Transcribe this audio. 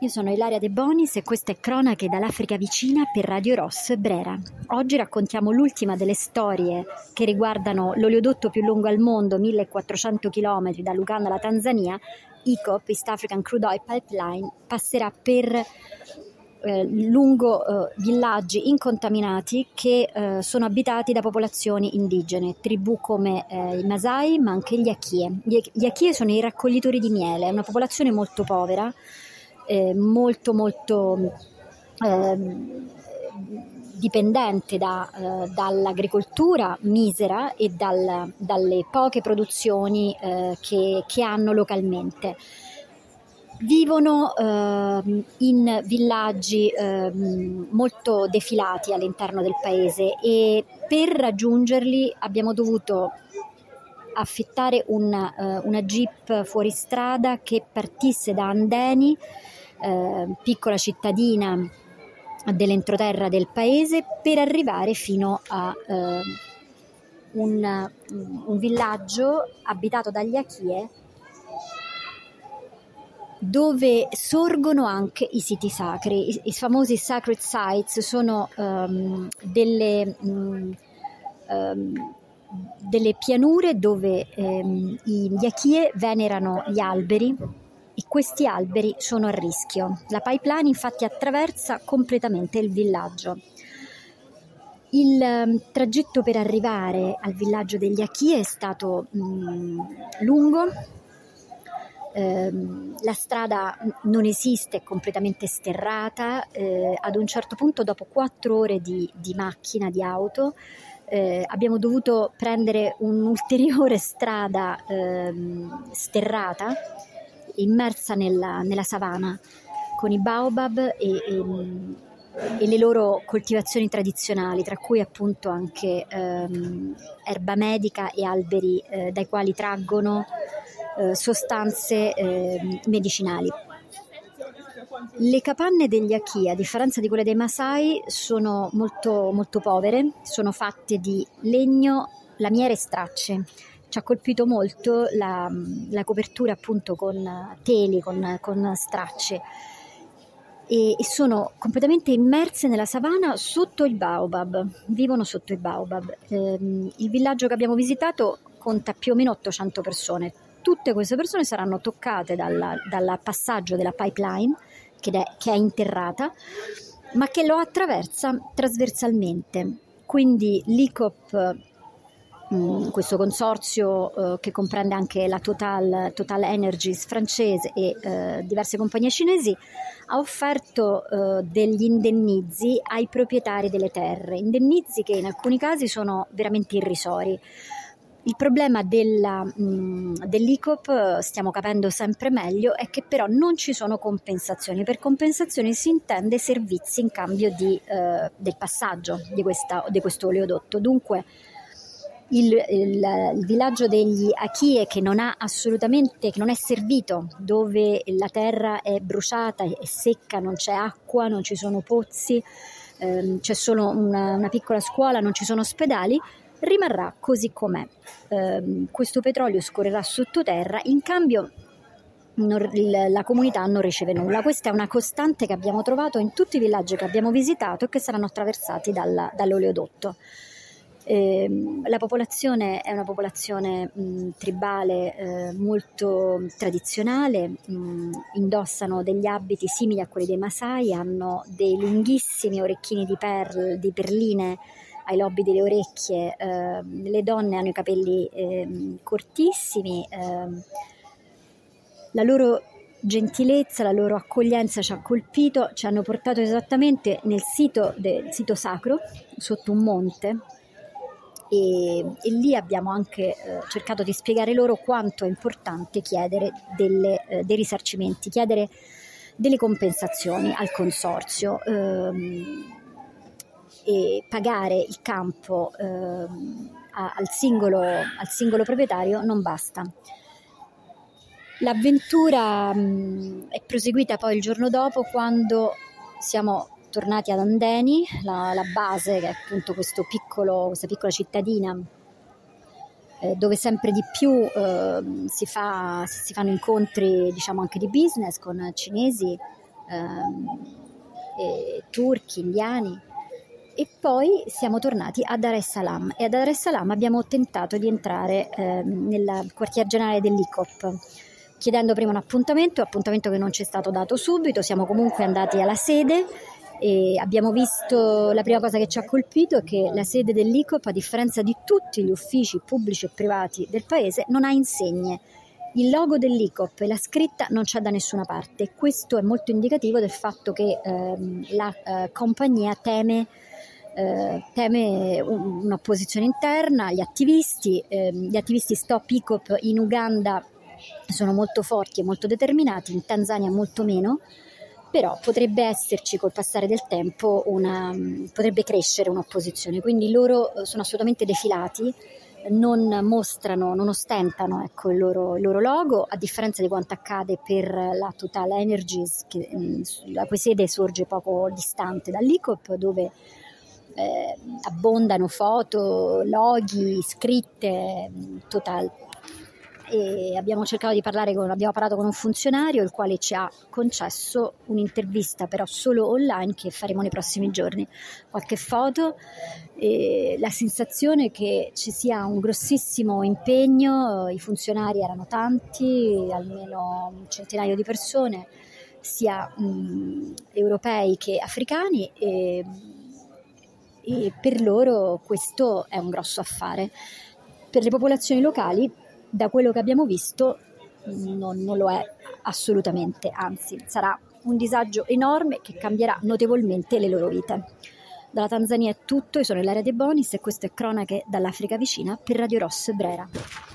Io sono Ilaria De Bonis e questa è Cronache dall'Africa vicina per Radio Ross Brera. Oggi raccontiamo l'ultima delle storie che riguardano l'oleodotto più lungo al mondo, 1400 km dall'Uganda alla Tanzania. EACOP, East African Crude Oil Pipeline, passerà per lungo villaggi incontaminati che sono abitati da popolazioni indigene, tribù come i Masai, ma anche gli Achie. Gli Achie sono i raccoglitori di miele, è una popolazione molto povera, molto dipendente dall'agricoltura misera e dalle poche produzioni che hanno localmente. Vivono in villaggi molto defilati all'interno del paese e per raggiungerli abbiamo dovuto affittare una jeep fuoristrada che partisse da Andeni, piccola cittadina dell'entroterra del paese, per arrivare fino a un villaggio abitato dagli Achie, dove sorgono anche i siti sacri. I famosi sacred sites sono delle pianure dove gli Achie venerano gli alberi e questi alberi sono a rischio. La pipeline infatti attraversa completamente il villaggio. Il tragitto per arrivare al villaggio degli Achie è stato lungo. La strada non esiste, è completamente sterrata. Ad un certo punto, dopo 4 ore di macchina, di auto, abbiamo dovuto prendere un'ulteriore strada sterrata, immersa nella savana, con i baobab e le loro coltivazioni tradizionali, tra cui appunto anche erba medica e alberi dai quali traggono sostanze medicinali. Le capanne degli Achie, a differenza di quelle dei Masai, sono molto povere, sono fatte di legno, lamiere e stracce. Ci ha colpito molto la copertura appunto con teli, con stracce, e sono completamente immerse nella savana sotto il baobab, vivono sotto i baobab. Il villaggio che abbiamo visitato conta più o meno 800 persone. Tutte queste persone saranno toccate dal passaggio della pipeline che è interrata, ma che lo attraversa trasversalmente. Quindi l'EACOP, questo consorzio che comprende anche la Total Energies francese e diverse compagnie cinesi, ha offerto degli indennizi ai proprietari delle terre, indennizi che in alcuni casi sono veramente irrisori. Il problema dell'EACOP, stiamo capendo sempre meglio, è che però non ci sono compensazioni. Per compensazioni si intende servizi in cambio del passaggio di questo oleodotto. Dunque il villaggio degli Achie, che non è servito, dove la terra è bruciata, è secca, non c'è acqua, non ci sono pozzi, c'è solo una piccola scuola, non ci sono ospedali, rimarrà così com'è. Questo petrolio scorrerà sottoterra, in cambio la comunità non riceve nulla. Questa è una costante che abbiamo trovato in tutti i villaggi che abbiamo visitato e che saranno attraversati dall'oleodotto. La popolazione è una popolazione tribale, molto tradizionale, indossano degli abiti simili a quelli dei Masai, hanno dei lunghissimi orecchini di perline ai lobi delle orecchie, le donne hanno i capelli cortissimi. La loro gentilezza, la loro accoglienza ci ha colpito, ci hanno portato esattamente nel sito sacro, sotto un monte, e lì abbiamo anche cercato di spiegare loro quanto è importante chiedere dei risarcimenti, chiedere delle compensazioni al consorzio, e pagare il campo al singolo proprietario non basta. L'avventura è proseguita poi il giorno dopo, quando siamo tornati ad Andeni, la base, che è appunto questa piccola cittadina dove sempre di più si fanno incontri, diciamo, anche di business con cinesi turchi, indiani, e poi siamo tornati a Dar es Salaam, e a Dar es Salaam abbiamo tentato di entrare nel quartier generale dell'ICOP, chiedendo prima un appuntamento che non ci è stato dato subito. Siamo comunque andati alla sede e abbiamo visto, la prima cosa che ci ha colpito è che la sede dell'ICOP, a differenza di tutti gli uffici pubblici e privati del paese, non ha insegne. Il logo dell'ICOP e la scritta non c'è da nessuna parte. Questo è molto indicativo del fatto che la compagnia teme un'opposizione interna. Gli attivisti Stop ICOP in Uganda sono molto forti e molto determinati, in Tanzania molto meno, però potrebbe esserci col passare del tempo potrebbe crescere un'opposizione, quindi loro sono assolutamente defilati, non ostentano, ecco, il loro logo, a differenza di quanto accade per la Total Energies, la cui sede sorge poco distante dall'ICOP, dove abbondano foto, loghi, scritte Total. E abbiamo parlato con un funzionario, il quale ci ha concesso un'intervista, però solo online, che faremo nei prossimi giorni. Qualche foto, e la sensazione che ci sia un grossissimo impegno. I funzionari erano tanti, almeno un centinaio di persone, sia europei che africani, e per loro questo è un grosso affare. Per le popolazioni locali, da quello che abbiamo visto, non lo è assolutamente, anzi sarà un disagio enorme che cambierà notevolmente le loro vite. Dalla Tanzania è tutto, io sono Ilaria De Bonis e questo è Cronache dall'Africa vicina per Radio Ross Brera.